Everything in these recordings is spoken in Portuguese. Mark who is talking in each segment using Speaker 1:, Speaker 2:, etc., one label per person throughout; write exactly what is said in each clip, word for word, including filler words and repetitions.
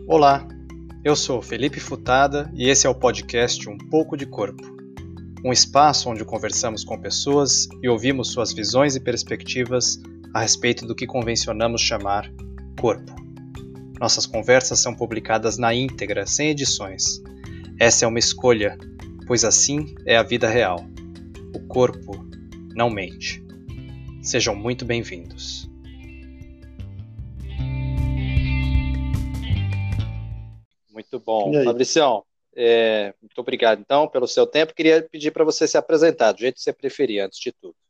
Speaker 1: Olá, eu sou Felipe Futada e esse é o podcast Um Pouco de Corpo, um espaço onde conversamos com pessoas e ouvimos suas visões e perspectivas a respeito do que convencionamos chamar corpo. Nossas conversas são publicadas na íntegra, sem edições. Essa é uma escolha, pois assim é a vida real. O corpo não mente. Sejam muito bem-vindos. Muito bom. Fabricião, é, muito obrigado, então, pelo seu tempo. Queria pedir para você se apresentar, do jeito que você preferir, antes de tudo.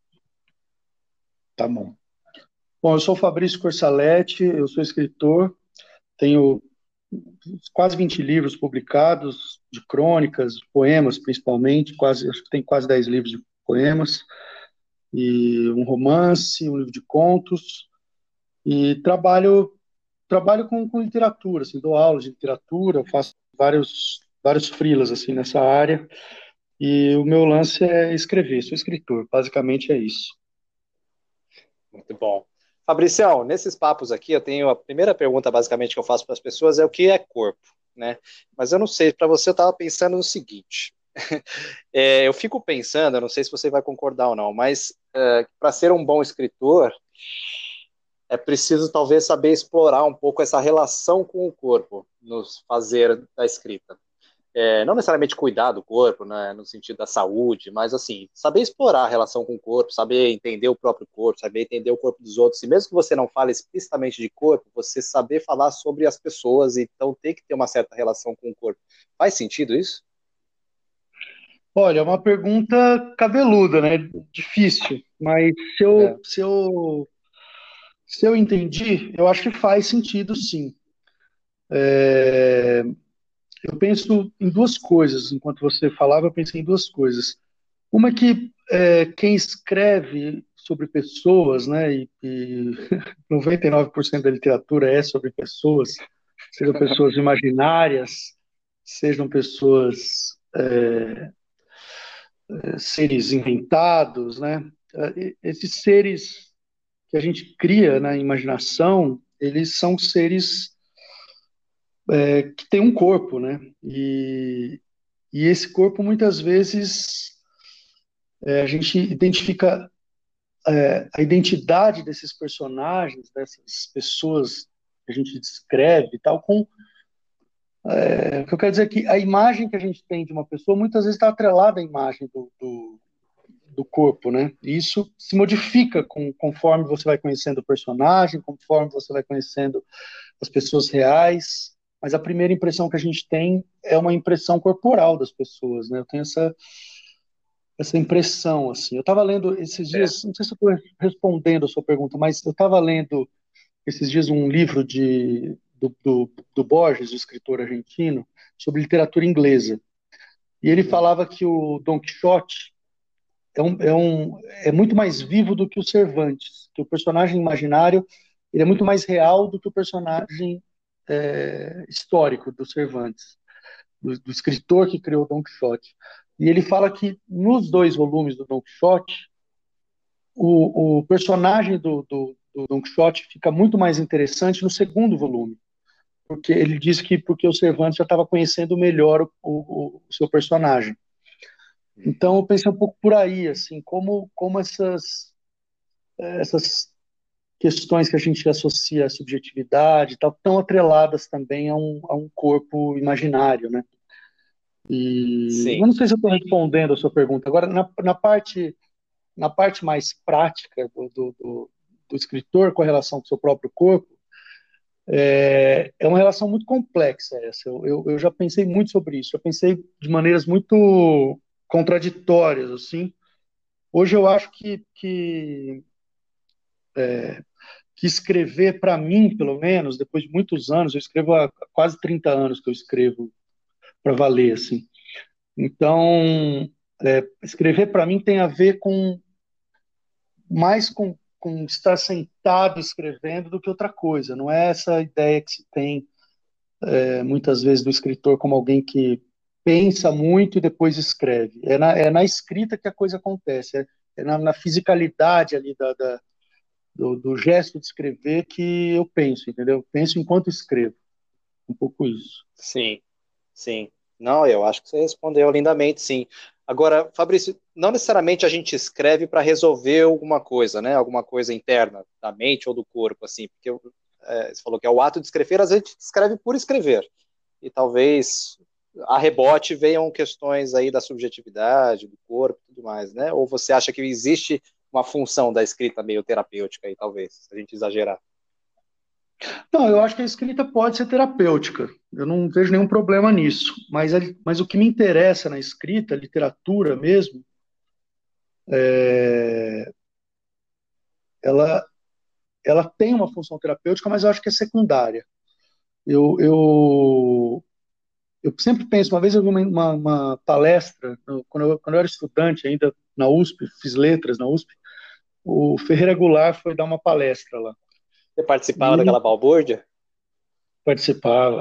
Speaker 2: Tá bom. Bom, eu sou o Fabrício Corsaletti, eu sou escritor, tenho quase vinte livros publicados, de crônicas, poemas principalmente, quase, acho que tem quase dez livros de poemas, e um romance, um livro de contos, e trabalho, trabalho com, com literatura, assim, dou aulas de literatura, eu faço vários, vários freelas assim, nessa área, e o meu lance é escrever, sou escritor, basicamente é isso.
Speaker 1: Muito bom. Fabricião, nesses papos aqui, eu tenho a primeira pergunta, basicamente, que eu faço para as pessoas é o que é corpo, né? Mas eu não sei, para você eu estava pensando no seguinte, é, eu fico pensando, eu não sei se você vai concordar ou não, mas é, para ser um bom escritor, é preciso talvez saber explorar um pouco essa relação com o corpo, nos fazer da escrita. É, não necessariamente cuidar do corpo, né, no sentido da saúde, mas assim, saber explorar a relação com o corpo, saber entender o próprio corpo, saber entender o corpo dos outros, e mesmo que você não fale explicitamente de corpo, você saber falar sobre as pessoas, então ter que ter uma certa relação com o corpo. Faz sentido isso?
Speaker 2: Olha, é uma pergunta cabeluda, né? Difícil, mas se eu,
Speaker 1: É.
Speaker 2: se eu, se eu entendi, eu acho que faz sentido, sim. É, eu penso em duas coisas, enquanto você falava, eu pensei em duas coisas. Uma é que é, quem escreve sobre pessoas, né, e, e noventa e nove por cento da literatura é sobre pessoas, sejam pessoas imaginárias, sejam pessoas, é, seres inventados, né? Esses seres que a gente cria na imaginação, eles são seres é, que têm um corpo, né? E, e esse corpo, muitas vezes, é, a gente identifica é, a identidade desses personagens, dessas pessoas que a gente descreve e tal, com é, o que eu quero dizer é que a imagem que a gente tem de uma pessoa muitas vezes está atrelada à imagem do, do, do corpo, né? E isso se modifica com, conforme você vai conhecendo o personagem, conforme você vai conhecendo as pessoas reais, mas a primeira impressão que a gente tem é uma impressão corporal das pessoas, né? Eu tenho essa, essa impressão, assim. Eu estava lendo esses
Speaker 1: É.
Speaker 2: dias, não sei se eu estou respondendo a sua pergunta, mas eu estava lendo esses dias um livro de, do, do, do Borges, o escritor argentino, sobre literatura inglesa. E ele falava que o Don Quixote é, um, é, um, é muito mais vivo do que o Cervantes, que o personagem imaginário ele é muito mais real do que o personagem é, histórico do Cervantes, do, do escritor que criou Don Quixote. E ele fala que nos dois volumes do Don Quixote, o, o personagem do, do, do Don Quixote fica muito mais interessante no segundo volume, porque ele diz que porque o Cervantes já estava conhecendo melhor o, o, o seu personagem. Então eu pensei um pouco por aí, assim, como, como essas, essas questões que a gente associa à subjetividade e tal, estão atreladas também a um, a um corpo imaginário, né? E eu
Speaker 1: Sim.
Speaker 2: não sei se eu estou respondendo a sua pergunta. Agora, na, na, parte, na parte mais prática do, do, do, do escritor com a relação com o seu próprio corpo, é, é uma relação muito complexa essa. Eu, eu, eu já pensei muito sobre isso. Eu pensei de maneiras muito contraditórias, assim. Hoje eu acho que, que que escrever, para mim, pelo menos, depois de muitos anos, eu escrevo há quase trinta anos que eu escrevo para valer, assim. Então, é, escrever para mim tem a ver com mais com, com estar sentado escrevendo do que outra coisa. Não é essa ideia que se tem é, muitas vezes do escritor como alguém que pensa muito e depois escreve. É na, é na escrita que a coisa acontece, é, é na, na fisicalidade ali da, da do, do gesto de escrever que eu penso, entendeu? Eu penso enquanto escrevo. Um pouco isso.
Speaker 1: Sim, sim. Não, eu acho que você respondeu lindamente, sim. Agora, Fabrício, não necessariamente a gente escreve para resolver alguma coisa, né? Alguma coisa interna da mente ou do corpo, assim, porque é, você falou que é o ato de escrever, às vezes a gente escreve por escrever. E talvez a rebote venham questões aí da subjetividade, do corpo e tudo mais, né? Ou você acha que existe uma função da escrita meio terapêutica aí, talvez, se a gente exagerar?
Speaker 2: Não, eu acho que a escrita pode ser terapêutica. Eu não vejo nenhum problema nisso. Mas, a- mas o que me interessa na escrita, literatura mesmo, é, ela, ela tem uma função terapêutica, mas eu acho que é secundária. Eu, eu, eu sempre penso, uma vez eu vi uma, uma, uma palestra, no- quando eu, quando eu era estudante ainda na U S P, fiz letras na U S P, o Ferreira Goulart foi dar uma palestra lá.
Speaker 1: Você
Speaker 2: E
Speaker 1: participava
Speaker 2: ele
Speaker 1: daquela balbúrdia?
Speaker 2: participava.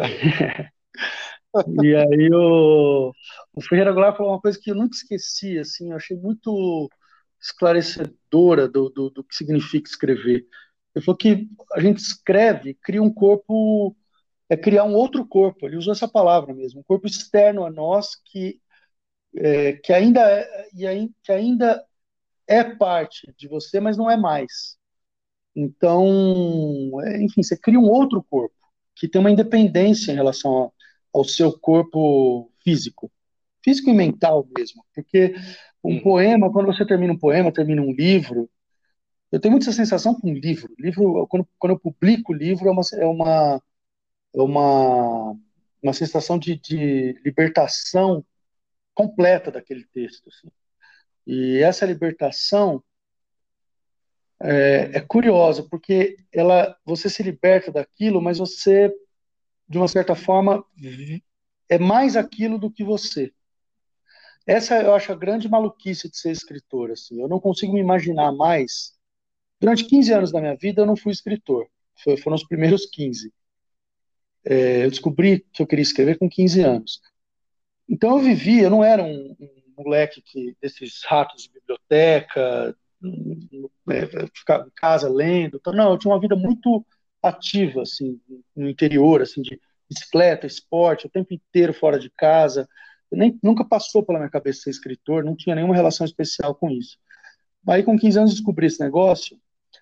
Speaker 2: E aí o, o Ferreira Goulart falou uma coisa que eu nunca esqueci, assim, eu achei muito esclarecedora do, do, do que significa escrever. Ele falou que a gente escreve, cria um corpo, é criar um outro corpo, ele usou essa palavra mesmo, um corpo externo a nós que, é, que, ainda é, e aí, que ainda é parte de você, mas não é mais. Então, é, enfim, você cria um outro corpo que tem uma independência em relação ao, ao seu corpo físico, físico e mental mesmo. Porque um
Speaker 1: Uhum.
Speaker 2: poema, quando você termina um poema, termina um livro, eu tenho muita sensação com livro. Livro, quando, quando eu publico livro, é uma, é uma, é uma, uma sensação de, de libertação completa daquele texto. Assim. E essa libertação é, é curiosa, porque ela, você se liberta daquilo, mas você, de uma certa forma, é mais aquilo do que você. Essa eu acho a grande maluquice de ser escritor. Assim. Eu não consigo me imaginar mais. Durante quinze anos da minha vida, eu não fui escritor. Foi, foram os primeiros quinze. É, eu descobri que eu queria escrever com quinze anos. Então eu vivi, eu não era um, um moleque que, desses ratos de biblioteca, é, ficava em casa lendo. Então, não, eu tinha uma vida muito ativa, assim, no interior, assim, de bicicleta, esporte, o tempo inteiro fora de casa. Eu nem, nunca passou pela minha cabeça ser escritor, não tinha nenhuma relação especial com isso. Aí, com quinze anos, descobri esse negócio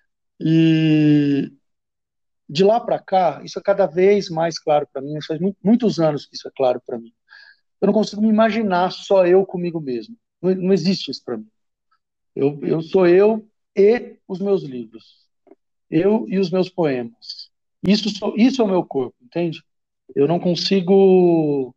Speaker 2: e de lá para cá, isso é cada vez mais claro para mim. Faz muito, muitos anos que isso é claro para mim. Eu não consigo me imaginar só eu comigo mesmo. Não, não existe isso para mim. Eu, eu sou eu e os meus livros. Eu e os meus poemas. Isso, sou, isso é o meu corpo, entende? Eu não consigo.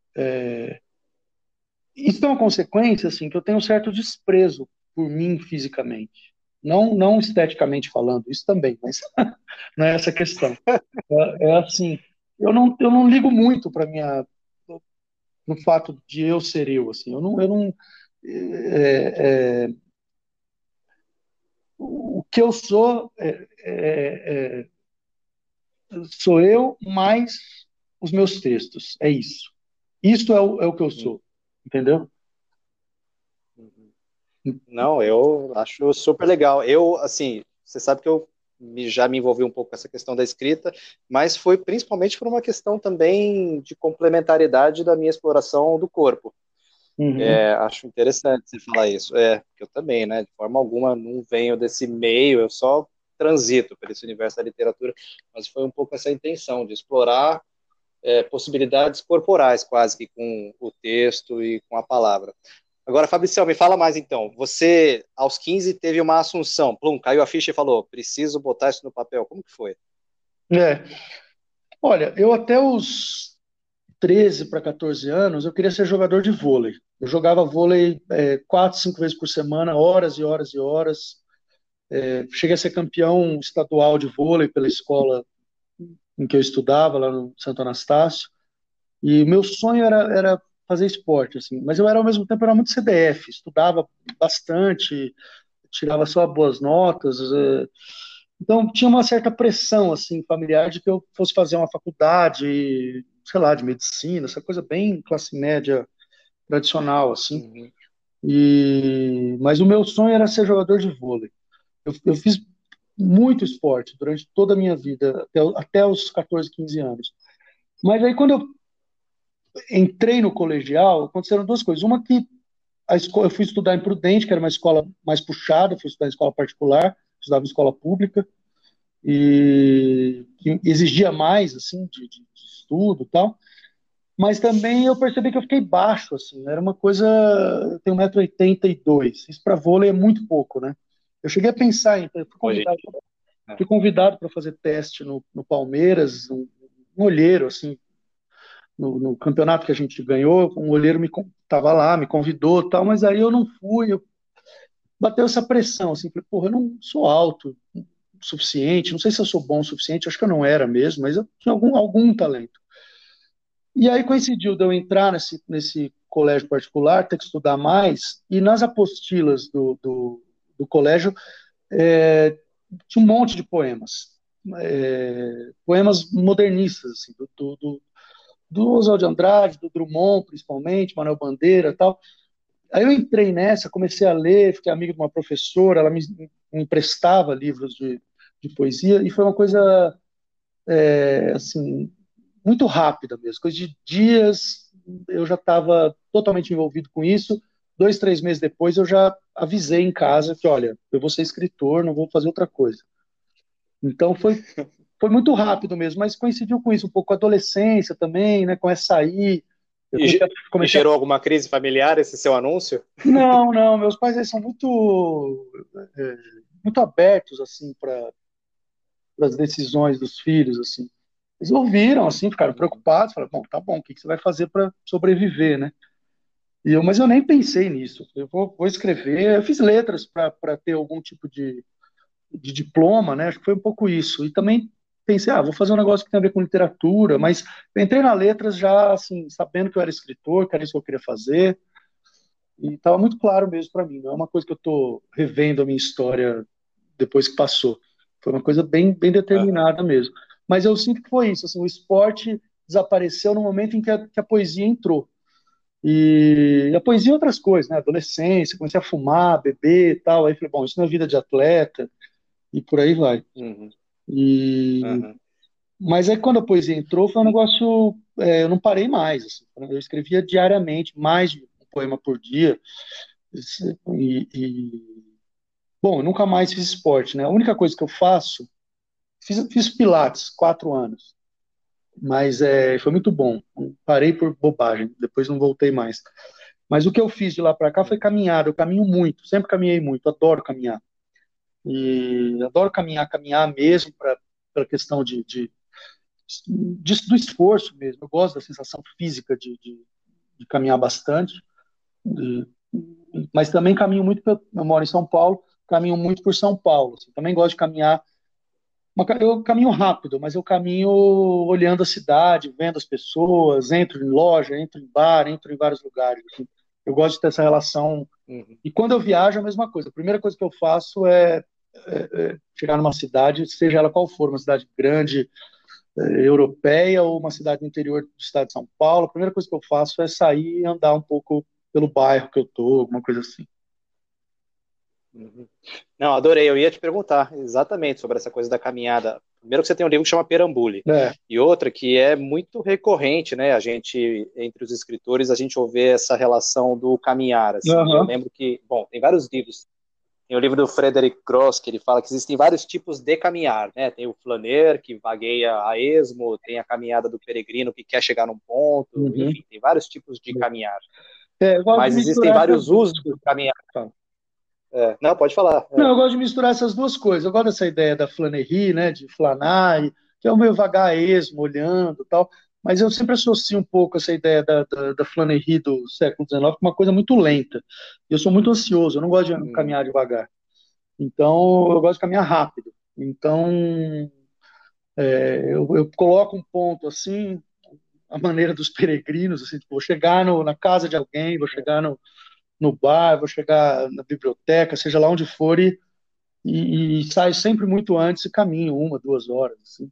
Speaker 2: Isso é uma consequência, assim, que eu tenho um certo desprezo por mim fisicamente. Não, não esteticamente falando, isso também, mas não é essa a questão. É, é assim, eu não, eu não ligo muito para minha no fato de eu ser eu, assim. Eu não, eu não é, é, o que eu sou é, é, é, sou eu mais os meus textos. É isso. Isso é o, é o que eu
Speaker 1: Uhum.
Speaker 2: sou, entendeu?
Speaker 1: Uhum. Não, eu acho super legal. Eu, assim, você sabe que eu me- já me envolvi um pouco com essa questão da escrita, mas foi principalmente por uma questão também de complementaridade da minha exploração do corpo.
Speaker 2: Uhum.
Speaker 1: É, acho interessante você falar isso. É, porque eu também, né, de forma alguma não venho desse meio, eu só transito por esse universo da literatura, mas foi um pouco essa intenção de explorar é, possibilidades corporais, quase que com o texto e com a palavra. Agora, Fabriciel, me fala mais então. Você, aos quinze, teve uma assunção. Plum, caiu a ficha e falou: preciso botar isso no papel. Como que foi?
Speaker 2: É. Olha, eu até os treze para quatorze anos, eu queria ser jogador de vôlei. Eu jogava vôlei é, quatro, cinco vezes por semana, horas e horas e horas. É, cheguei a ser campeão estadual de vôlei pela escola em que eu estudava, lá no Santo Anastácio. E o meu sonho era, era fazer esporte, assim. Mas eu era, ao mesmo tempo, era muito C D F. Estudava bastante, tirava só boas notas. é. Então, tinha uma certa pressão, assim, familiar de que eu fosse fazer uma faculdade, sei lá, de medicina, essa coisa bem classe média tradicional, assim.
Speaker 1: Uhum.
Speaker 2: E... Mas o meu sonho era ser jogador de vôlei. Eu, eu fiz muito esporte durante toda a minha vida, até, até os quatorze, quinze anos. Mas aí quando eu entrei no colegial, aconteceram duas coisas. Uma que a escola, eu fui estudar em Prudente, que era uma escola mais puxada, fui estudar em escola particular, estudava em escola pública, e que exigia mais, assim, de, de, de estudo e tal. Mas também eu percebi que eu fiquei baixo, assim, era uma coisa, eu tenho um metro e oitenta e dois, isso para vôlei é muito pouco, né? Eu cheguei a pensar em, eu fui
Speaker 1: Hoje em
Speaker 2: convidado,
Speaker 1: dia. Né?
Speaker 2: fui convidado para fazer teste no, no Palmeiras, um, um olheiro, assim, no, no campeonato que a gente ganhou, um olheiro me estava lá, me convidou, tal, mas aí eu não fui, eu, bateu essa pressão, assim, falei, porra, eu não sou alto o suficiente, não sei se eu sou bom o suficiente, acho que eu não era mesmo, mas eu tinha algum, algum talento. E aí coincidiu de eu entrar nesse, nesse colégio particular, ter que estudar mais, e nas apostilas do, do, do colégio é, tinha um monte de poemas, é, poemas modernistas, assim, do, do, do, do Oswald de Andrade, do Drummond, principalmente, Manuel Bandeira e tal. Aí eu entrei nessa, comecei a ler, fiquei amigo de uma professora, ela me, me emprestava livros de, de poesia, e foi uma coisa, é, assim, muito rápida mesmo, coisa de dias, eu já estava totalmente envolvido com isso. Dois, três meses depois, eu já avisei em casa que, olha, eu vou ser escritor, não vou fazer outra coisa. Então foi, foi muito rápido mesmo, mas coincidiu com isso, um pouco com a adolescência também, né, com essa aí. Eu
Speaker 1: E,
Speaker 2: comecei a,
Speaker 1: ge- e
Speaker 2: comecei a...
Speaker 1: gerou alguma crise familiar esse seu anúncio?
Speaker 2: Não, não, meus pais eles são muito, é, muito abertos, assim, para as decisões dos filhos, assim. Eles ouviram, assim, ficaram
Speaker 1: Uhum.
Speaker 2: preocupados, falaram, bom, tá bom, o que que você vai fazer para sobreviver, né? E eu, mas eu nem pensei nisso. Eu vou, vou escrever. Eu fiz letras para ter algum tipo de, de diploma, né? Acho que foi um pouco isso. E também pensei, ah, vou fazer um negócio que tem a ver com literatura, mas eu entrei na letras já, assim, sabendo que eu era escritor, que era isso que eu queria fazer, e estava muito claro mesmo para mim. Não é uma coisa que eu estou revendo a minha história depois que passou. Foi uma coisa bem, bem
Speaker 1: Aham.
Speaker 2: determinada mesmo. Mas eu sinto que foi isso. Assim, o esporte desapareceu no momento em que a, que a poesia entrou. E a poesia e outras coisas, né? Adolescência, comecei a fumar, beber e tal. Aí falei, bom, isso não é vida de atleta, e por aí vai.
Speaker 1: Uhum.
Speaker 2: E...
Speaker 1: Aham.
Speaker 2: Mas aí quando a poesia entrou, foi um negócio. É, eu não parei mais. Assim. Eu escrevia diariamente, mais de um poema por dia. E, e... Bom, eu nunca mais fiz esporte, né? A única coisa que eu faço, fiz, fiz pilates, quatro anos. Mas é, foi muito bom. Parei por bobagem, depois não voltei mais. Mas o que eu fiz de lá para cá foi
Speaker 1: Uhum.
Speaker 2: caminhar. Eu caminho muito, sempre caminhei muito, adoro caminhar. E adoro caminhar, caminhar mesmo para a questão de, de, de- do esforço mesmo. Eu gosto da sensação física de, de, de caminhar bastante. De- mas também caminho muito, eu moro em São Paulo, caminho muito por São Paulo. Assim. Também gosto de caminhar. Uma ca- Eu caminho rápido, mas eu caminho olhando a cidade, vendo as pessoas, entro em loja, entro em bar, entro em vários lugares. Assim. Eu gosto de ter essa relação.
Speaker 1: Uhum.
Speaker 2: E quando eu viajo, é a mesma coisa. A primeira coisa que eu faço é, é, é chegar numa cidade, seja ela qual for, uma cidade grande, é, europeia ou uma cidade do interior do estado de São Paulo. A primeira coisa que eu faço é sair e andar um pouco pelo bairro que eu tô, alguma coisa assim.
Speaker 1: Uhum. Não, adorei. Eu ia te perguntar exatamente sobre essa coisa da caminhada. Primeiro que você tem um livro que chama Perambule,
Speaker 2: É,
Speaker 1: e outra que é muito recorrente, né? A gente, entre os escritores, a gente ouve essa relação do caminhar, assim. Eu
Speaker 2: aham,
Speaker 1: lembro que, bom, tem vários livros. Tem o livro do Frederick Gross, que ele fala que existem vários tipos de caminhar, né? Tem o flaner, que vagueia a esmo, tem a caminhada do peregrino, que quer chegar num ponto,
Speaker 2: uhum.
Speaker 1: enfim, tem vários tipos de caminhar.
Speaker 2: É, eu gosto de
Speaker 1: Mas existem
Speaker 2: misturar essas
Speaker 1: vários
Speaker 2: duas.
Speaker 1: usos do
Speaker 2: Desculpa.
Speaker 1: caminhar. É, não, pode falar.
Speaker 2: Não,
Speaker 1: É.
Speaker 2: eu gosto de misturar essas duas coisas. Eu gosto dessa ideia da flanerie, né, de flanar, e- que é o meu vagar esmo, olhando e tal, mas eu sempre associo um pouco essa ideia da, da, da flanerie do século dezenove com uma coisa muito lenta. Eu sou muito ansioso, eu não gosto de
Speaker 1: Hum.
Speaker 2: caminhar devagar. Então, eu gosto de caminhar rápido. Então, é, eu, eu coloco um ponto assim, a maneira dos peregrinos, assim, tipo, vou chegar no, na casa de alguém, vou chegar no, no bar, vou chegar na biblioteca, seja lá onde for, e e, e saio sempre muito antes e caminho uma, duas horas. Assim.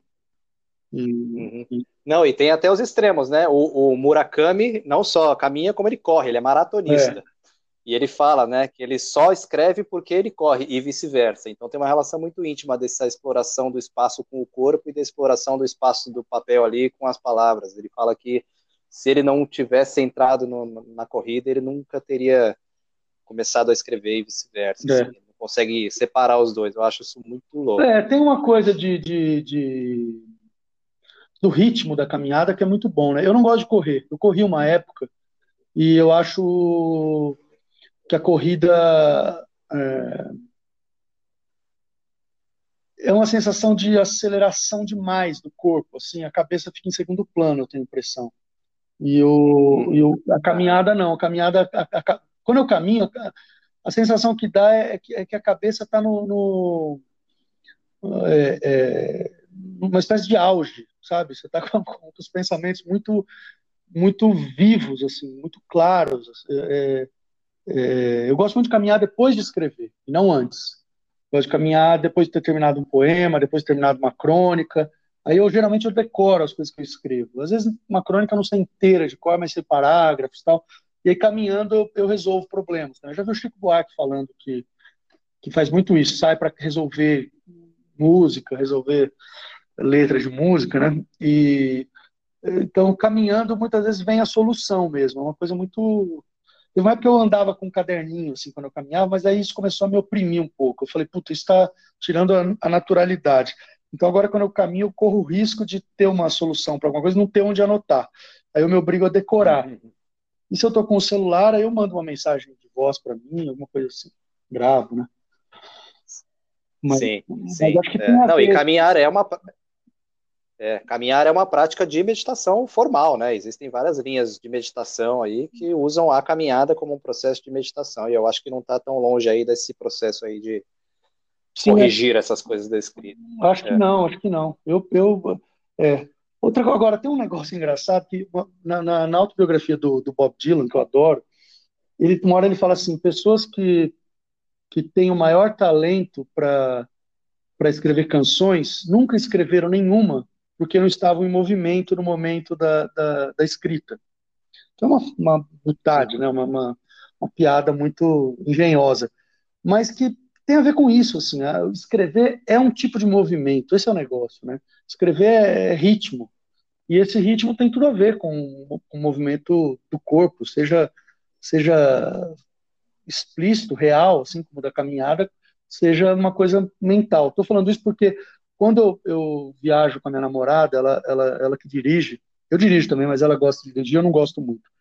Speaker 2: E,
Speaker 1: Uhum.
Speaker 2: e,
Speaker 1: Não, e tem até os extremos, né? O, o Murakami não só caminha, como ele corre, ele é
Speaker 2: é,
Speaker 1: maratonista. E ele fala, né, que ele só escreve porque ele corre e vice-versa. Então tem uma relação muito íntima dessa exploração do espaço com o corpo e da exploração do espaço do papel ali com as palavras. Ele fala que se ele não tivesse centrado no, na corrida, ele nunca teria começado a escrever e vice-versa. Assim.
Speaker 2: É.
Speaker 1: Ele não consegue separar os dois. Eu acho isso muito louco.
Speaker 2: É, tem uma coisa de, de, de- do ritmo da caminhada que é muito bom, né? Eu não gosto de correr. Eu corri uma época e eu acho que a corrida é, é uma sensação de aceleração demais do corpo, assim, a cabeça fica em segundo plano, eu tenho a impressão. E, eu, e
Speaker 1: Uhum.
Speaker 2: eu, a caminhada não, a caminhada, a- a- quando eu caminho, a, a sensação que dá é que, é que a cabeça está no, no é, é, numa espécie de auge, sabe? Você está com, com os pensamentos muito, muito vivos, assim, muito claros. É, é, eu gosto muito de caminhar depois de escrever, e não antes. Gosto de caminhar depois de ter terminado um poema, depois de ter terminado uma crônica. Aí eu geralmente eu decoro as coisas que eu escrevo. Às vezes uma crônica não sei inteira de cor, mas sei parágrafos e tal. E aí caminhando eu, eu resolvo problemas. Né? Eu já vi o Chico Buarque falando que, que faz muito isso, sai para resolver música, resolver letras de música, né? E então caminhando muitas vezes vem a solução mesmo. É uma coisa muito. Teve uma época que eu andava com um caderninho, assim, quando eu caminhava, mas aí isso começou a me oprimir um pouco. Eu falei, puta, isso está tirando a, a naturalidade. Então agora, quando eu caminho, eu corro o risco de ter uma solução para alguma coisa e não ter onde anotar. Aí eu me obrigo a decorar.
Speaker 1: Uhum.
Speaker 2: E se eu estou com o celular, aí eu mando uma mensagem de voz para mim, alguma coisa assim. Gravo, né? Mas,
Speaker 1: Sim,
Speaker 2: mas
Speaker 1: sim.
Speaker 2: acho que tem
Speaker 1: É.
Speaker 2: a
Speaker 1: Não, e
Speaker 2: ver.
Speaker 1: caminhar é uma, é, caminhar é uma prática de meditação formal, né? Existem várias linhas de meditação aí que usam a caminhada como um processo de meditação, e eu acho que não está tão longe aí desse processo aí de
Speaker 2: Sim, acho,
Speaker 1: corrigir essas coisas da escrita.
Speaker 2: acho que
Speaker 1: É.
Speaker 2: não, acho que não. Eu, eu, é. Outra, co- agora, tem um negócio engraçado que na, na, na autobiografia do, do Bob Dylan, que eu adoro, ele, uma hora ele fala assim, pessoas que, que têm o maior talento para para escrever canções nunca escreveram nenhuma porque não estavam em movimento no momento da, da, da escrita. Então é uma, uma butade,
Speaker 1: Uhum.
Speaker 2: né? uma, uma, uma piada muito engenhosa, mas que tem a ver com isso. Assim, a- escrever é um tipo de movimento, esse é o negócio. Né? Escrever é ritmo, e esse ritmo tem tudo a ver com, com o movimento do corpo, seja, seja explícito, real, assim como da caminhada, seja uma coisa mental. Estou falando isso porque quando eu, eu viajo com a minha namorada, ela, ela, ela que dirige, eu dirijo também, mas ela gosta de dirigir, eu não gosto muito.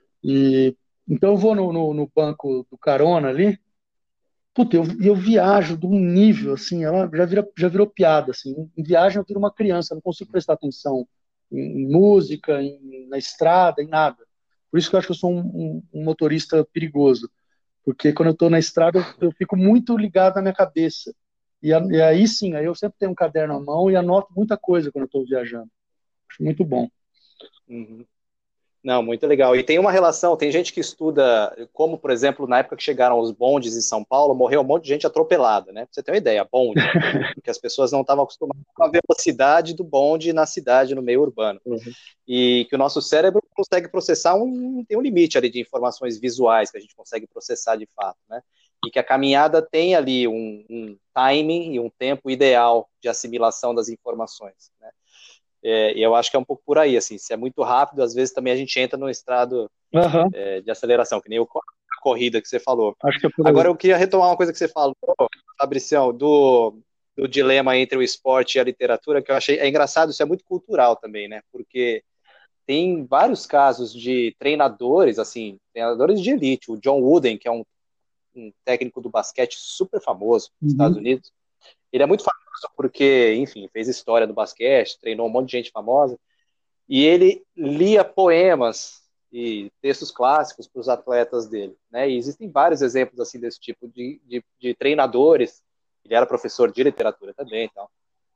Speaker 2: E então eu vou no, no, no banco do carona ali, puta, eu, eu viajo de um nível assim, ela já, vira, já virou piada, assim. Em viagem eu viro uma criança, eu não consigo prestar atenção em, em música, em, na estrada, em nada. Por isso que eu acho que eu sou um, um, um motorista perigoso, porque quando eu estou na estrada, eu, eu fico muito ligado na minha cabeça. E, a- e aí sim, aí eu sempre tenho um caderno à mão e anoto muita coisa quando eu estou viajando. Acho muito bom.
Speaker 1: Uhum. Não, muito legal. E tem uma relação, tem gente que estuda, como, por exemplo, na época que chegaram os bondes em São Paulo, morreu um monte de gente atropelada, né? Pra você ter uma ideia, bonde. Porque as pessoas não estavam acostumadas com a velocidade do bonde na cidade, no meio urbano.
Speaker 2: Uhum.
Speaker 1: E que o nosso cérebro consegue processar um, tem um limite ali de informações visuais que a gente consegue processar de fato, né? E que a caminhada tem ali um, um timing e um tempo ideal de assimilação das informações, né? É, e eu acho que é um pouco por aí, assim, se é muito rápido, às vezes também a gente entra num estado
Speaker 2: Aham,
Speaker 1: é, de aceleração, que nem o, a corrida que você falou.
Speaker 2: acho que é por
Speaker 1: Agora
Speaker 2: aí.
Speaker 1: eu queria retomar uma coisa que você falou, Fabricião, do, do dilema entre o esporte e a literatura, que eu achei, é engraçado, isso é muito cultural também, né, porque tem vários casos de treinadores, assim, treinadores de elite, o John Wooden, que é um, um técnico do basquete super famoso nos Estados
Speaker 2: Uhum.
Speaker 1: Unidos, ele é muito famoso porque, enfim, fez história do basquete, treinou um monte de gente famosa, e ele lia poemas e textos clássicos para os atletas dele, né? E existem vários exemplos assim desse tipo de, de, de treinadores. Ele era professor de literatura também, então,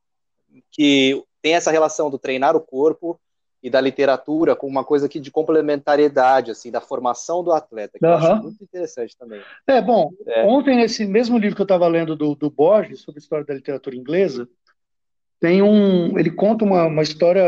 Speaker 1: que tem essa relação do treinar o corpo e da literatura com uma coisa aqui de complementariedade, assim, da formação do atleta, que eu acho
Speaker 2: Aham.
Speaker 1: muito interessante também.
Speaker 2: É, bom,
Speaker 1: É.
Speaker 2: ontem nesse mesmo livro que eu estava lendo do, do Borges, sobre a história da literatura inglesa, tem um, ele conta uma, uma história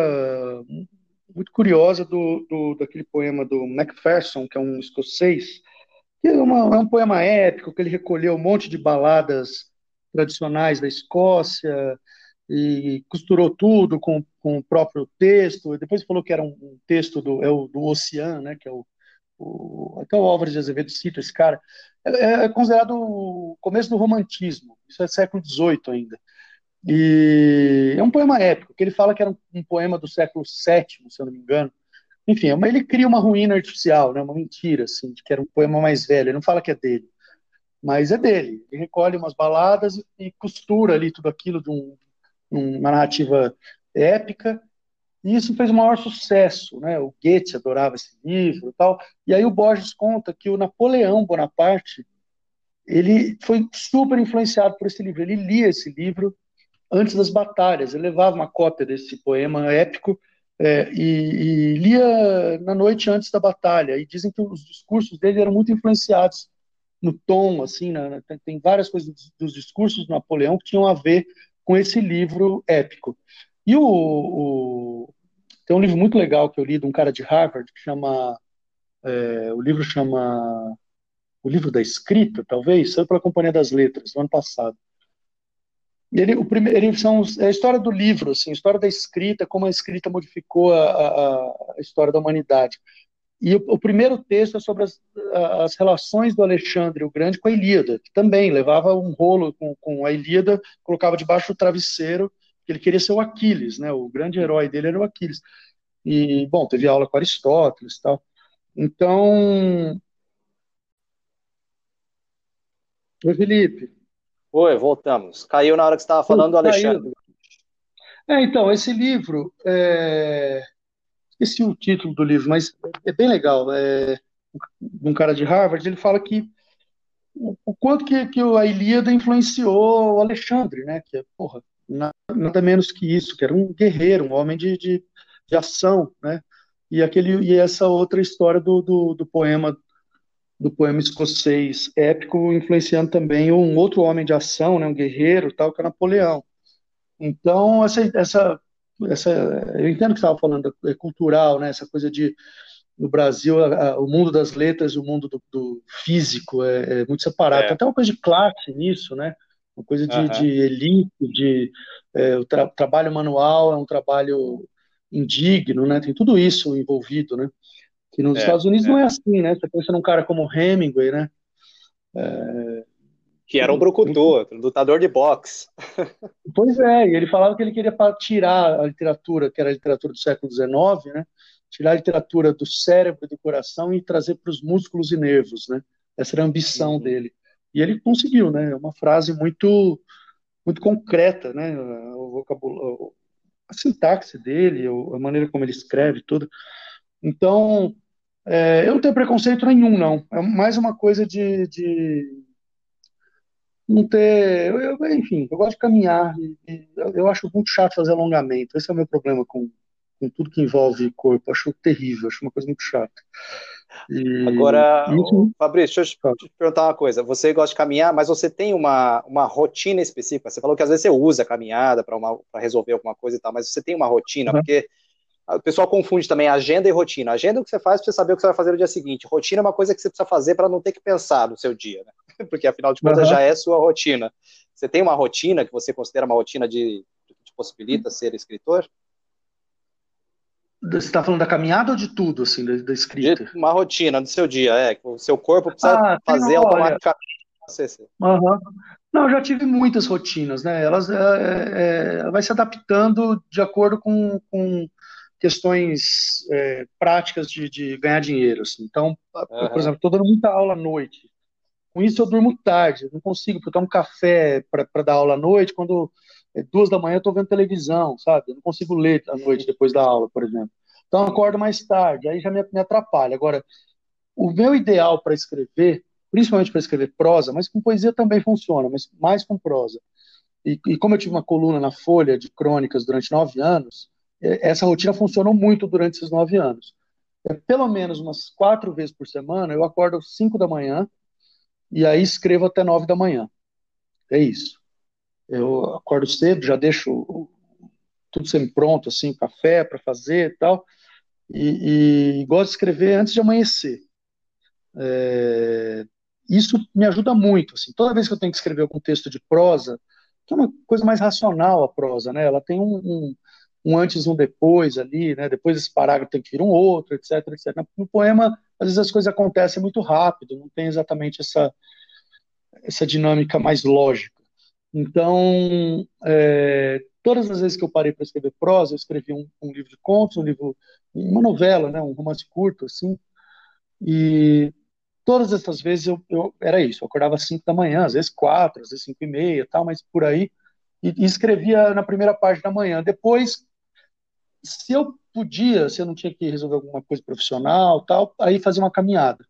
Speaker 2: muito curiosa do, do, daquele poema do Macpherson, que é um escocês, que é, uma- é um poema épico, que ele recolheu um monte de baladas tradicionais da Escócia e costurou tudo com, com o próprio texto. E depois falou que era um, um texto do, é o, do Oceano, né, que é o, o, até o Álvares de Azevedo cita esse cara. É, é considerado o começo do romantismo, isso é século dezoito ainda. E é um poema épico, que ele fala que era um, um poema do século sétimo, se eu não me engano. Enfim, é uma- ele cria uma ruína artificial, né, uma mentira, assim, de que era um poema mais velho. Ele não fala que é dele, mas é dele. Ele recolhe umas baladas e, e costura ali tudo aquilo de um, uma narrativa épica, e isso fez o maior sucesso, né? O Goethe adorava esse livro e tal. E aí o Borges conta que o Napoleão Bonaparte, ele foi super influenciado por esse livro. Ele lia esse livro antes das batalhas. Ele levava uma cópia desse poema épico é, e, e lia na noite antes da batalha. E dizem que os discursos dele eram muito influenciados no tom, assim, na, na, tem várias coisas dos, dos discursos do Napoleão que tinham a ver com esse livro épico. E o, o, tem um livro muito legal que eu li de um cara de Harvard que chama, é, o livro chama O Livro da Escrita, talvez, saiu pela Companhia das Letras, no ano passado. E ele, o primeiro, ele são, é a história do livro, assim, a história da escrita, como a escrita modificou a, a, a história da humanidade. E o, o primeiro texto é sobre as, as relações do Alexandre o Grande com a Ilíada, que também levava um rolo com, com a Ilíada, colocava debaixo do travesseiro, que ele queria ser o Aquiles, né? O grande herói dele era o Aquiles. E, bom, teve aula com Aristóteles e tal. Então, o Felipe,
Speaker 1: Oi, voltamos. Caiu na hora que você estava falando do
Speaker 2: saiu.
Speaker 1: Alexandre.
Speaker 2: É, então, esse livro, é... esqueci o título do livro, mas é bem legal. É de um cara de Harvard, ele fala que o, o quanto que, que a Ilíada influenciou o Alexandre, né? Que é, porra, na- nada menos que isso, que era um guerreiro, um homem de, de, de ação, né? E aquele e essa outra história do, do, do poema do poema escocês épico influenciando também um outro homem de ação, né? Um guerreiro, tal, que é Napoleão. Então essa essa essa eu entendo que você estava falando é cultural, né? Essa coisa de no Brasil, a, a, o mundo das letras e o mundo do, do físico é, é, muito separado. Tem
Speaker 1: É.
Speaker 2: até uma coisa de classe nisso, né? Uma coisa de, de
Speaker 1: Aham.
Speaker 2: elite, de é, o tra trabalho manual é um trabalho indigno, né? Tem tudo isso envolvido, né? Que nos
Speaker 1: É,
Speaker 2: Estados Unidos não
Speaker 1: é.
Speaker 2: é assim, né? Você pensa num cara como Hemingway, né?
Speaker 1: Que era um brucutu, um lutador de boxe.
Speaker 2: Pois é, e ele falava que ele queria pa- tirar a literatura, que era a literatura do século dezenove, né? Tirar a literatura do cérebro e do coração e trazer para os músculos e nervos, né? Essa era a ambição
Speaker 1: Uhum.
Speaker 2: dele. E ele conseguiu, né? É uma frase muito, muito concreta, né? O vocabulário, a sintaxe dele, a maneira como ele escreve, tudo. Então, é, eu não tenho preconceito nenhum, não. É mais uma coisa de, de não ter. Eu, eu- enfim, eu gosto de caminhar. E, e eu, eu acho muito chato fazer alongamento. Esse é o meu problema com, com tudo que envolve corpo. Eu acho terrível, acho uma coisa muito chata. E
Speaker 1: Agora, ô,
Speaker 2: isso.
Speaker 1: Fabrício, deixa eu te perguntar uma coisa. Você gosta de caminhar, mas você tem uma, uma rotina específica? Você falou que às vezes você usa a caminhada para resolver alguma coisa e tal, mas você tem uma rotina? Porque o pessoal confunde também agenda e rotina. Agenda é o que você faz para você saber o que você vai fazer no dia seguinte. Rotina é uma coisa que você precisa fazer para não ter que pensar no seu dia, né? Porque afinal de contas já
Speaker 2: Aham.
Speaker 1: é sua rotina. Você tem uma rotina que você considera uma rotina de, que te possibilita ser escritor?
Speaker 2: Você está falando da caminhada ou de tudo, assim, da, da
Speaker 1: De
Speaker 2: escrita?
Speaker 1: uma rotina do seu dia, é. Que o seu corpo precisa
Speaker 2: Ah, tem,
Speaker 1: fazer
Speaker 2: olha.
Speaker 1: automaticamente. Você, você.
Speaker 2: Aham. Não, eu já tive muitas rotinas, né? Elas é, é, vai se adaptando de acordo com, com questões é, práticas de, de ganhar dinheiro, assim. Então, por
Speaker 1: Aham.
Speaker 2: exemplo, estou dando muita aula à noite. Com isso, eu durmo tarde. Eu não consigo, porque eu tomo café para dar aula à noite. Quando é duas da manhã, eu estou vendo televisão, sabe? Eu não consigo ler à noite depois da aula, por exemplo. Então, eu acordo
Speaker 1: Uhum.
Speaker 2: mais tarde. Aí já me, me atrapalha. Agora, o meu ideal para escrever, principalmente para escrever prosa, mas com poesia também funciona, mas mais com prosa. E, e como eu tive uma coluna na Folha de crônicas durante nove anos, é, essa rotina funcionou muito durante esses nove anos. É, pelo menos umas quatro vezes por semana, eu acordo às cinco da manhã e aí escrevo até nove da manhã. É isso. Eu acordo cedo, já deixo tudo sempre pronto, assim, café para fazer e tal, e, e gosto de escrever antes de amanhecer. É, isso me ajuda muito, assim, toda vez que eu tenho que escrever algum texto de prosa, que é uma coisa mais racional a prosa, né? Ela tem um, um, um antes e um depois ali, né? Depois esse parágrafo tem que vir um outro, etc, etcétera. No poema, às vezes as coisas acontecem muito rápido, não tem exatamente essa, essa dinâmica mais lógica. Então, é, todas as vezes que eu parei para escrever prosa, eu escrevi um, um livro de contos, um livro, uma novela, né? Um romance curto, assim, e todas essas vezes eu, eu era isso, eu acordava às cinco da manhã, às vezes quatro, às vezes cinco e meia, tal, mas por aí, e, e escrevia na primeira parte da manhã. Depois, se eu podia, se eu não tinha que resolver alguma coisa profissional, tal, aí fazia uma caminhada.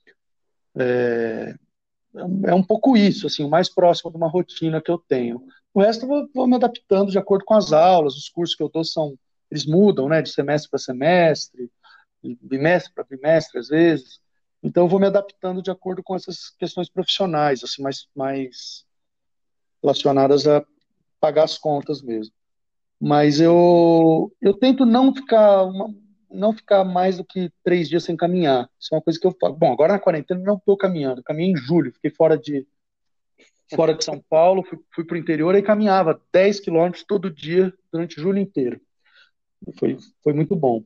Speaker 2: É um pouco isso, assim, o mais próximo de uma rotina que eu tenho. O resto eu vou, vou me adaptando de acordo com as aulas, os cursos que eu dou são, eles mudam, né, de semestre para semestre, de bimestre para bimestre, às vezes. Então, eu vou me adaptando de acordo com essas questões profissionais, assim, mais, mais relacionadas a pagar as contas mesmo. Mas eu, eu tento não ficar, uma- não ficar mais do que três dias sem caminhar. Isso é uma coisa que eu faço. Bom, agora na quarentena eu não estou caminhando. Eu caminhei em julho, fiquei fora de, fora de São Paulo, fui, fui para o interior e caminhava dez quilômetros todo dia durante julho inteiro. E Foi, foi muito bom.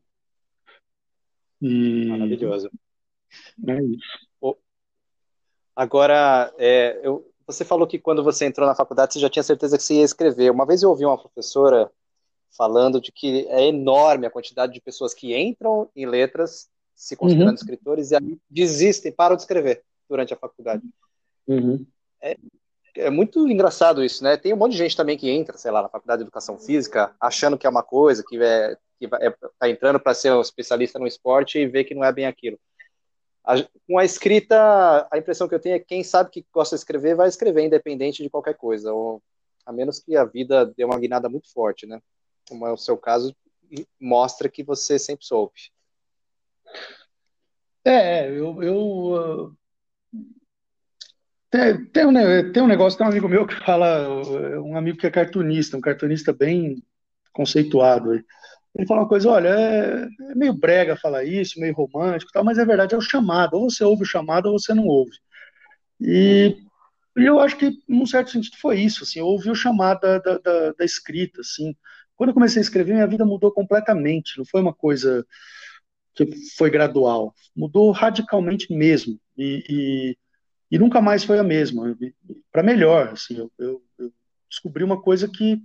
Speaker 2: E
Speaker 1: Maravilhoso.
Speaker 2: é isso.
Speaker 1: O- Agora, é, eu, você falou que quando você entrou na faculdade você já tinha certeza que você ia escrever. Uma vez eu ouvi uma professora falando de que é enorme a quantidade de pessoas que entram em letras, se considerando
Speaker 2: Uhum,
Speaker 1: escritores, e aí desistem, param de escrever durante a faculdade.
Speaker 2: uhum.
Speaker 1: É, é muito engraçado isso, né? Tem um monte de gente também que entra, sei lá, na faculdade de educação física, achando que é uma coisa, que é, que vai- é, tá entrando para ser um especialista no esporte e vê que não é bem aquilo. A- com a escrita, a impressão que eu tenho é que quem sabe que gosta de escrever vai escrever, independente de qualquer coisa, ou a menos que a vida dê uma guinada muito forte, né? Como é o seu caso, e mostra que você sempre soube.
Speaker 2: É, eu, eu uh, tem, tem, um, ne- tem um negócio, tem um amigo meu que fala, uh, um amigo que é cartunista, um cartunista bem conceituado. Ele fala uma coisa, olha, é, é meio brega falar isso, meio romântico, e tal, mas é verdade, é o chamado. Ou você ouve o chamado ou você não ouve. E,
Speaker 1: Uhum.
Speaker 2: e eu acho que, num certo sentido, foi isso. Assim, eu ouvi o chamado da, da, da, da escrita. Assim. Quando eu comecei a escrever, minha vida mudou completamente. Não foi uma coisa que foi gradual. Mudou radicalmente mesmo. E, e, e nunca mais foi a mesma. Para melhor. Assim, eu, eu, eu descobri uma coisa que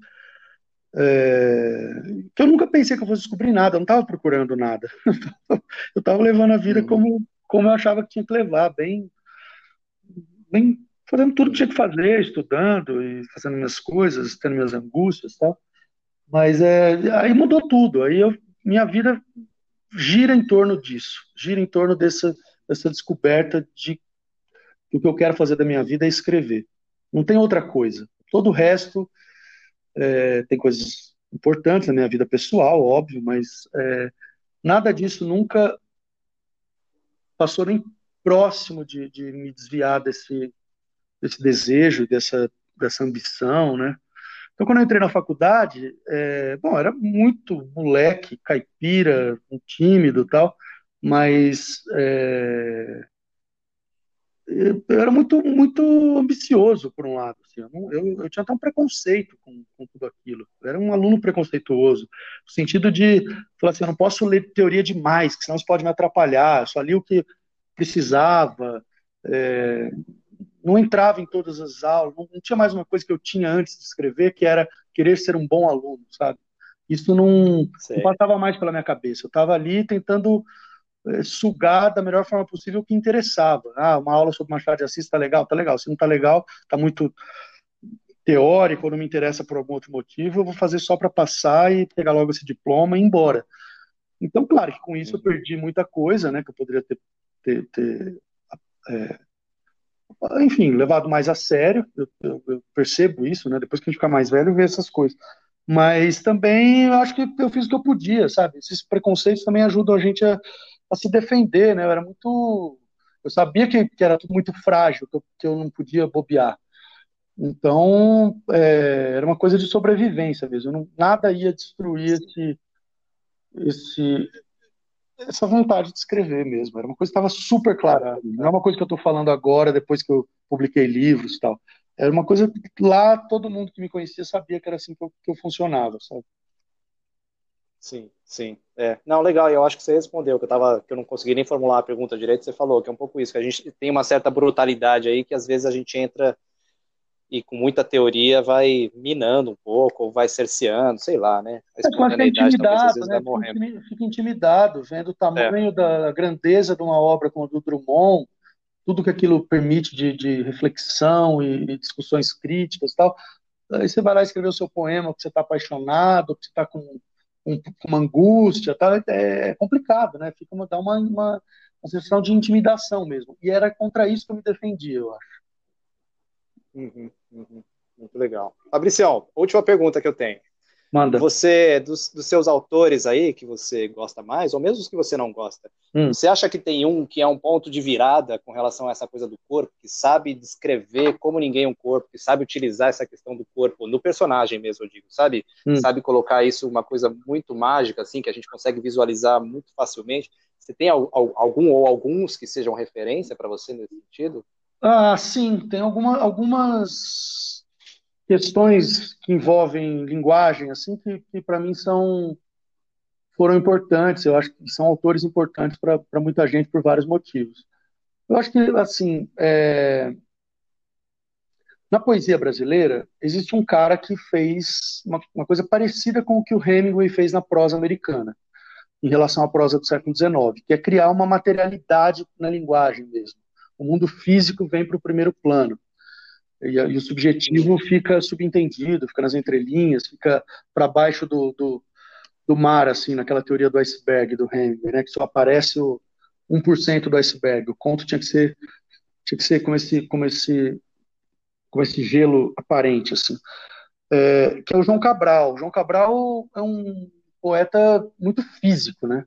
Speaker 2: é, que eu nunca pensei que eu fosse descobrir nada, eu não estava procurando nada. Eu estava levando a vida
Speaker 1: Uhum.
Speaker 2: como, como eu achava que tinha que levar, bem, bem fazendo tudo que tinha
Speaker 1: Uhum.
Speaker 2: que fazer, estudando e fazendo minhas coisas, tendo minhas angústias e tal. Mas é, aí mudou tudo. Aí eu, minha vida gira em torno disso, gira em torno dessa, dessa descoberta de que o que eu quero fazer da minha vida é escrever. Não tem outra coisa. Todo o resto é, tem coisas importantes na minha vida pessoal, óbvio, mas é, nada disso nunca passou nem próximo de, de me desviar desse, desse desejo, dessa, dessa ambição, né? Então, quando eu entrei na faculdade, é, bom, era muito moleque, caipira, um tímido e tal, mas é, eu eu era muito, muito ambicioso, por um lado. Assim, eu, não- eu- eu tinha até um preconceito com, com tudo aquilo. Eu era um aluno preconceituoso, no sentido de falar assim, eu não posso ler teoria demais, que senão isso pode me atrapalhar. Eu só li o que precisava, é, não entrava em todas as aulas, não, não tinha mais uma coisa que eu tinha antes de escrever, que era querer ser um bom aluno, sabe? Isso não, não
Speaker 1: Sei.
Speaker 2: passava mais pela minha cabeça. Eu estava ali tentando eh, sugar da melhor forma possível o que interessava. Ah, uma aula sobre Machado de Assis está legal? Tá legal. Se não está legal, está muito teórico ou não me interessa por algum outro motivo, eu vou fazer só para passar e pegar logo esse diploma e ir embora. Então, claro que com isso eu
Speaker 1: Uhum.
Speaker 2: perdi muita coisa, né, que eu poderia ter, ter, ter enfim, levado mais a sério. Eu, eu, eu percebo isso, né? Depois que a gente fica mais velho, vê essas coisas. Mas também eu acho que eu fiz o que eu podia, sabe? Esses preconceitos também ajudam a gente a, a se defender, né? Eu era muito. Eu sabia que, que era tudo muito frágil, que eu, que eu não podia bobear. Então, é, era uma coisa de sobrevivência mesmo. Eu não, nada ia destruir esse, esse, essa vontade de escrever mesmo. Era uma coisa que estava super clara
Speaker 1: Aham,
Speaker 2: para mim. Não é
Speaker 1: aham.
Speaker 2: uma coisa que eu estou falando agora, depois que eu publiquei livros e tal. Era uma coisa que lá todo mundo que me conhecia sabia que era assim que eu, que eu funcionava, sabe?
Speaker 1: Sim, sim. É. Não, legal, e eu acho que você respondeu, que eu tava, que eu não consegui nem formular a pergunta direito, você falou que é um pouco isso, que a gente tem uma certa brutalidade aí, que às vezes a gente entra e com muita teoria vai minando um pouco, ou vai cerceando, sei lá, né? A
Speaker 2: Mas eu acho que é
Speaker 1: espontaneidade talvez às
Speaker 2: intimidado,
Speaker 1: vezes
Speaker 2: né?
Speaker 1: vai
Speaker 2: Fica
Speaker 1: morrendo.
Speaker 2: intimi- fica intimidado, vendo o
Speaker 1: É.
Speaker 2: tamanho da grandeza de uma obra como a do Drummond, tudo que aquilo permite de, de reflexão e, e discussões críticas e tal. Aí você vai lá escrever o seu poema, que você está apaixonado, que você está com, com- com uma angústia, tá? É é complicado, né? Fica uma, dá uma, uma, uma sensação de intimidação mesmo. E era contra isso que eu me defendia, eu acho.
Speaker 1: Uhum, uhum. Muito legal. Fabricião, última pergunta que eu tenho.
Speaker 2: Manda.
Speaker 1: Você, dos, dos seus autores aí que você gosta mais, ou mesmo os que você não gosta,
Speaker 2: Hum.
Speaker 1: você acha que tem um que é um ponto de virada com relação a essa coisa do corpo, que sabe descrever como ninguém um corpo, que sabe utilizar essa questão do corpo no personagem mesmo, eu digo, sabe?
Speaker 2: Hum.
Speaker 1: Sabe colocar isso uma coisa muito mágica, assim, que a gente consegue visualizar muito facilmente. Você tem al- al- algum ou alguns que sejam referência para você nesse sentido?
Speaker 2: Ah, sim, tem alguma, algumas questões que envolvem linguagem, assim, que, que para mim são foram importantes. Eu acho que são autores importantes para muita gente por vários motivos. Eu acho que, assim, é, na poesia brasileira, existe um cara que fez uma, uma coisa parecida com o que o Hemingway fez na prosa americana, em relação à prosa do século dezenove, que é criar uma materialidade na linguagem mesmo. O mundo físico vem para o primeiro plano. E, e o subjetivo
Speaker 1: Uhum.
Speaker 2: fica subentendido, fica nas entrelinhas, fica para baixo do, do, do mar, assim, naquela teoria do iceberg do Hemingway, né, que só aparece o um por cento do iceberg. O conto tinha que ser, tinha que ser como esse, como esse, como esse gelo aparente, assim. É, que é o João Cabral. O João Cabral é um poeta muito físico, né?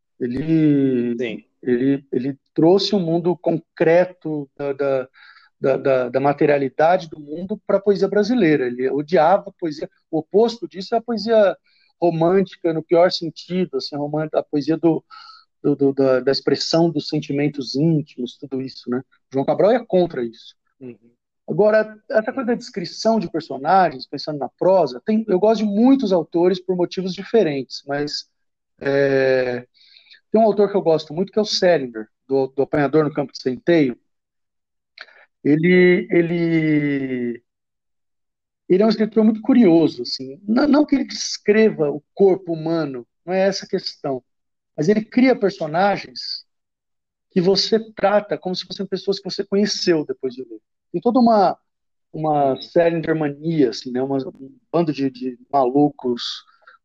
Speaker 2: Ele,
Speaker 1: Sim.
Speaker 2: ele, ele trouxe um mundo concreto da, da, da, da, da materialidade do mundo para a poesia brasileira. Ele odiava a poesia. O oposto disso é a poesia romântica, no pior sentido, assim, a, romântica, a poesia do, do, do, da, da expressão dos sentimentos íntimos, tudo isso, né? O João Cabral é contra isso.
Speaker 1: Uhum.
Speaker 2: Agora, essa coisa da
Speaker 1: Uhum.
Speaker 2: descrição de personagens, pensando na prosa, tem, eu gosto de muitos autores por motivos diferentes, mas é, tem um autor que eu gosto muito que é o Salinger, do, do Apanhador no Campo de Centeio. Ele, ele, ele é um escritor muito curioso, assim. Não, não que ele descreva o corpo humano, não é essa a questão, mas ele cria personagens que você trata como se fossem pessoas que você conheceu depois de ler. Tem toda uma uma
Speaker 1: Uhum.
Speaker 2: Salinger mania, assim, né? Uma, um bando de, de malucos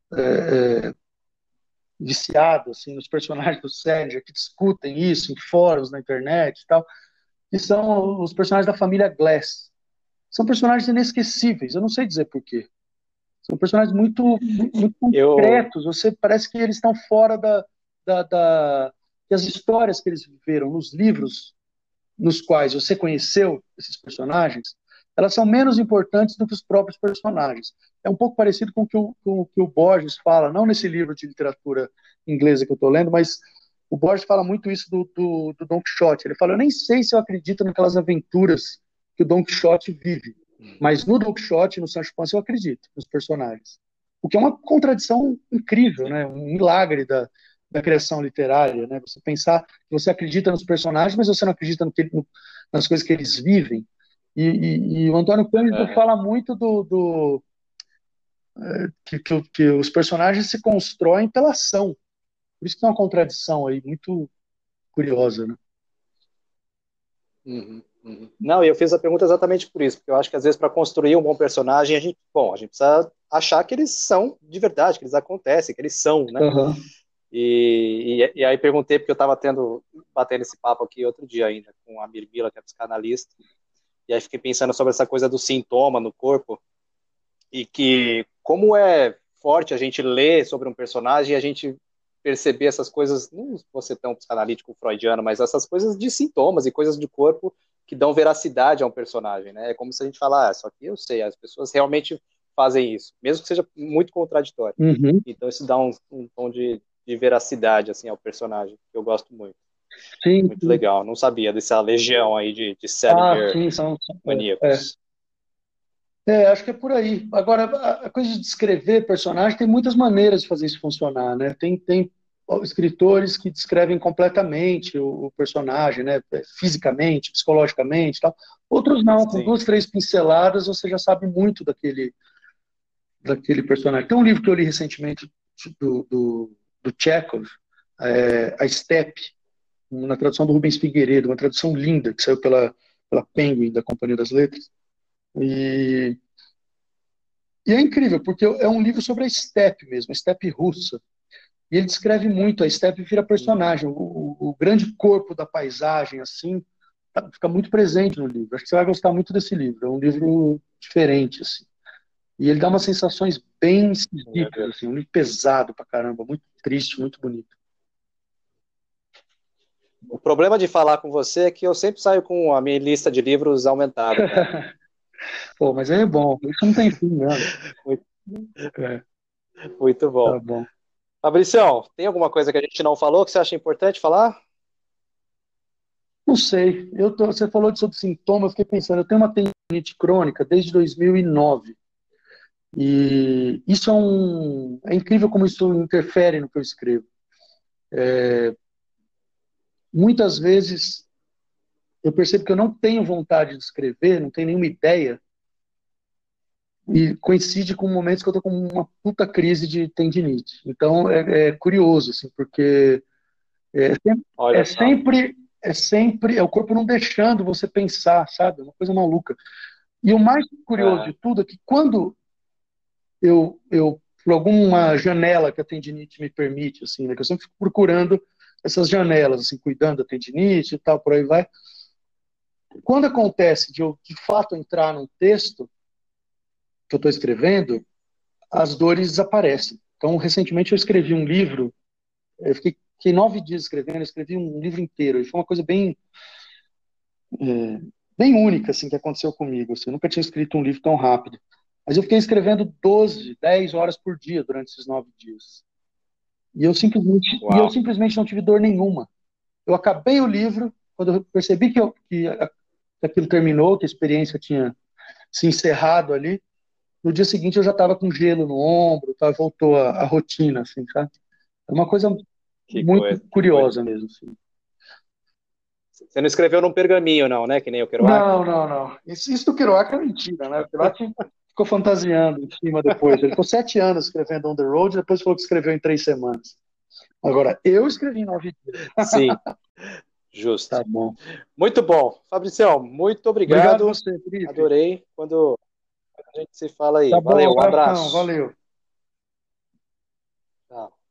Speaker 2: viciados assim, nos personagens do Salinger que discutem isso em fóruns na internet e tal, que são os personagens da família Glass. São personagens inesquecíveis, eu não sei dizer por quê. São personagens muito, muito, muito
Speaker 1: Eu,
Speaker 2: concretos, você parece que eles estão fora da, da, da que as histórias que eles viveram nos livros nos quais você conheceu esses personagens, elas são menos importantes do que os próprios personagens. É um pouco parecido com o que o, com o, que o Borges fala, não nesse livro de literatura inglesa que eu estou lendo, mas o Borges fala muito isso do, do, do Don Quixote. Ele fala: eu nem sei se eu acredito naquelas aventuras que o Don Quixote vive, mas no Don Quixote e no Sancho Panza eu acredito, nos personagens. O que é uma contradição incrível,
Speaker 1: sim.
Speaker 2: né? Um milagre da, da criação literária, né? Você pensar que você acredita nos personagens, mas você não acredita no que, no, nas coisas que eles vivem. E, e, e o Antônio Cândido
Speaker 1: Uhum.
Speaker 2: fala muito do, do que, que, que, os personagens se constroem pela ação. Por isso que tem uma contradição aí muito curiosa, né?
Speaker 1: Uhum, uhum. Não, e eu fiz a pergunta exatamente por isso, porque eu acho que às vezes para construir um bom personagem, a gente, bom, a gente precisa achar que eles são de verdade, que eles acontecem, que eles são, né?
Speaker 2: Uhum.
Speaker 1: E, e, e aí perguntei, porque eu estava tendo, batendo esse papo aqui outro dia ainda, com a Mirmila, que é psicanalista, e aí fiquei pensando sobre essa coisa do sintoma no corpo, e que como é forte a gente ler sobre um personagem e a gente perceber essas coisas, não vou ser tão psicanalítico freudiano, mas essas coisas de sintomas e coisas de corpo que dão veracidade a um personagem, né? É como se a gente falar, ah, só que eu sei, as pessoas realmente fazem isso, mesmo que seja muito contraditório.
Speaker 2: Uhum.
Speaker 1: Então isso dá um, um tom de, de veracidade, assim, ao personagem, que eu gosto muito.
Speaker 2: Sim,
Speaker 1: Muito
Speaker 2: sim.
Speaker 1: legal. Não sabia dessa legião aí de, de
Speaker 2: Ah,
Speaker 1: Salinger
Speaker 2: sim, são. são- É, é.
Speaker 1: maníacos.
Speaker 2: É, acho que é por aí. Agora, a a coisa de descrever personagem tem muitas maneiras de fazer isso funcionar, né? Tem, tem escritores que descrevem completamente o, o personagem, né? Fisicamente, psicologicamente, e tal. Outros não, com
Speaker 1: Sim.
Speaker 2: duas, três pinceladas você já sabe muito daquele, daquele personagem. Tem um livro que eu li recentemente do, do, do Chekhov, é, A Steppe, na tradução do Rubens Figueiredo, uma tradução linda que saiu pela, pela Penguin, da Companhia das Letras. E E é incrível, porque é um livro sobre a estepe mesmo, a estepe russa. E ele descreve muito, a estepe vira
Speaker 1: Hum,
Speaker 2: personagem, o, o, o grande corpo da paisagem, assim, tá- fica muito presente no livro. Acho que você vai gostar muito desse livro, é um livro diferente, assim. E ele dá umas sensações bem
Speaker 1: meu
Speaker 2: esquisitas,
Speaker 1: Deus.
Speaker 2: assim, um livro pesado pra caramba, muito triste, muito bonito.
Speaker 1: O problema de falar com você é que eu sempre saio com a minha lista de livros aumentada, cara.
Speaker 2: Pô, mas é bom, isso não tem fim, né?
Speaker 1: Muito,
Speaker 2: É,
Speaker 1: muito
Speaker 2: tá
Speaker 1: bom.
Speaker 2: bom.
Speaker 1: Fabricião, tem alguma coisa que a gente não falou que você acha importante falar?
Speaker 2: Não sei, eu tô, você falou de sobre sintomas, eu fiquei pensando, eu tenho uma tendinite crônica desde dois mil e nove. E isso é um, é incrível como isso interfere no que eu escrevo. Muitas vezes eu percebo que eu não tenho vontade de escrever, não tenho nenhuma ideia, e coincide com momentos que eu estou com uma puta crise de tendinite. Então é, é curioso, assim, porque é sempre, é
Speaker 1: Olha só.
Speaker 2: sempre, é sempre, é o corpo não deixando você pensar, sabe? É uma coisa maluca. E o mais curioso de
Speaker 1: Aham.
Speaker 2: tudo é que quando eu, eu por alguma janela que a tendinite me permite, assim, né, que eu sempre fico procurando essas janelas, assim, cuidando da tendinite e tal, por aí vai. Quando acontece de eu, de fato, entrar num texto que eu estou escrevendo, as dores desaparecem. Então, recentemente eu escrevi um livro, eu fiquei, fiquei nove dias escrevendo, eu escrevi um livro inteiro, e foi uma coisa bem, é, bem única, assim, que aconteceu comigo. Assim, eu nunca tinha escrito um livro tão rápido. Mas eu fiquei escrevendo doze, dez horas por dia durante esses nove dias. E eu simplesmente, e eu
Speaker 1: Uau.
Speaker 2: simplesmente não tive dor nenhuma. Eu acabei o livro, quando eu percebi que, eu, que aquilo terminou, que a experiência tinha se encerrado ali, no dia seguinte eu já estava com gelo no ombro, tá, voltou a, a rotina, assim, sabe? É uma coisa
Speaker 1: Que
Speaker 2: muito
Speaker 1: coisa, que coisa.
Speaker 2: curiosa mesmo, assim.
Speaker 1: Você não escreveu num pergaminho, não, né? Que nem o Kerouac?
Speaker 2: Não, não, não. Isso, isso do Kerouac é mentira, né? O Kerouac ficou fantasiando em cima depois. Ele ficou sete anos escrevendo On the Road, depois falou que escreveu em três semanas. Agora, eu escrevi em nove dias.
Speaker 1: Sim,
Speaker 2: Tá
Speaker 1: justo.
Speaker 2: bom.
Speaker 1: Muito bom. Fabricião, muito
Speaker 2: Obrigado
Speaker 1: obrigado.
Speaker 2: você, Felipe.
Speaker 1: Adorei quando a gente se fala aí.
Speaker 2: Tá bom, um
Speaker 1: Valeu, um
Speaker 2: abração,
Speaker 1: abraço.
Speaker 2: valeu.
Speaker 1: Tchau.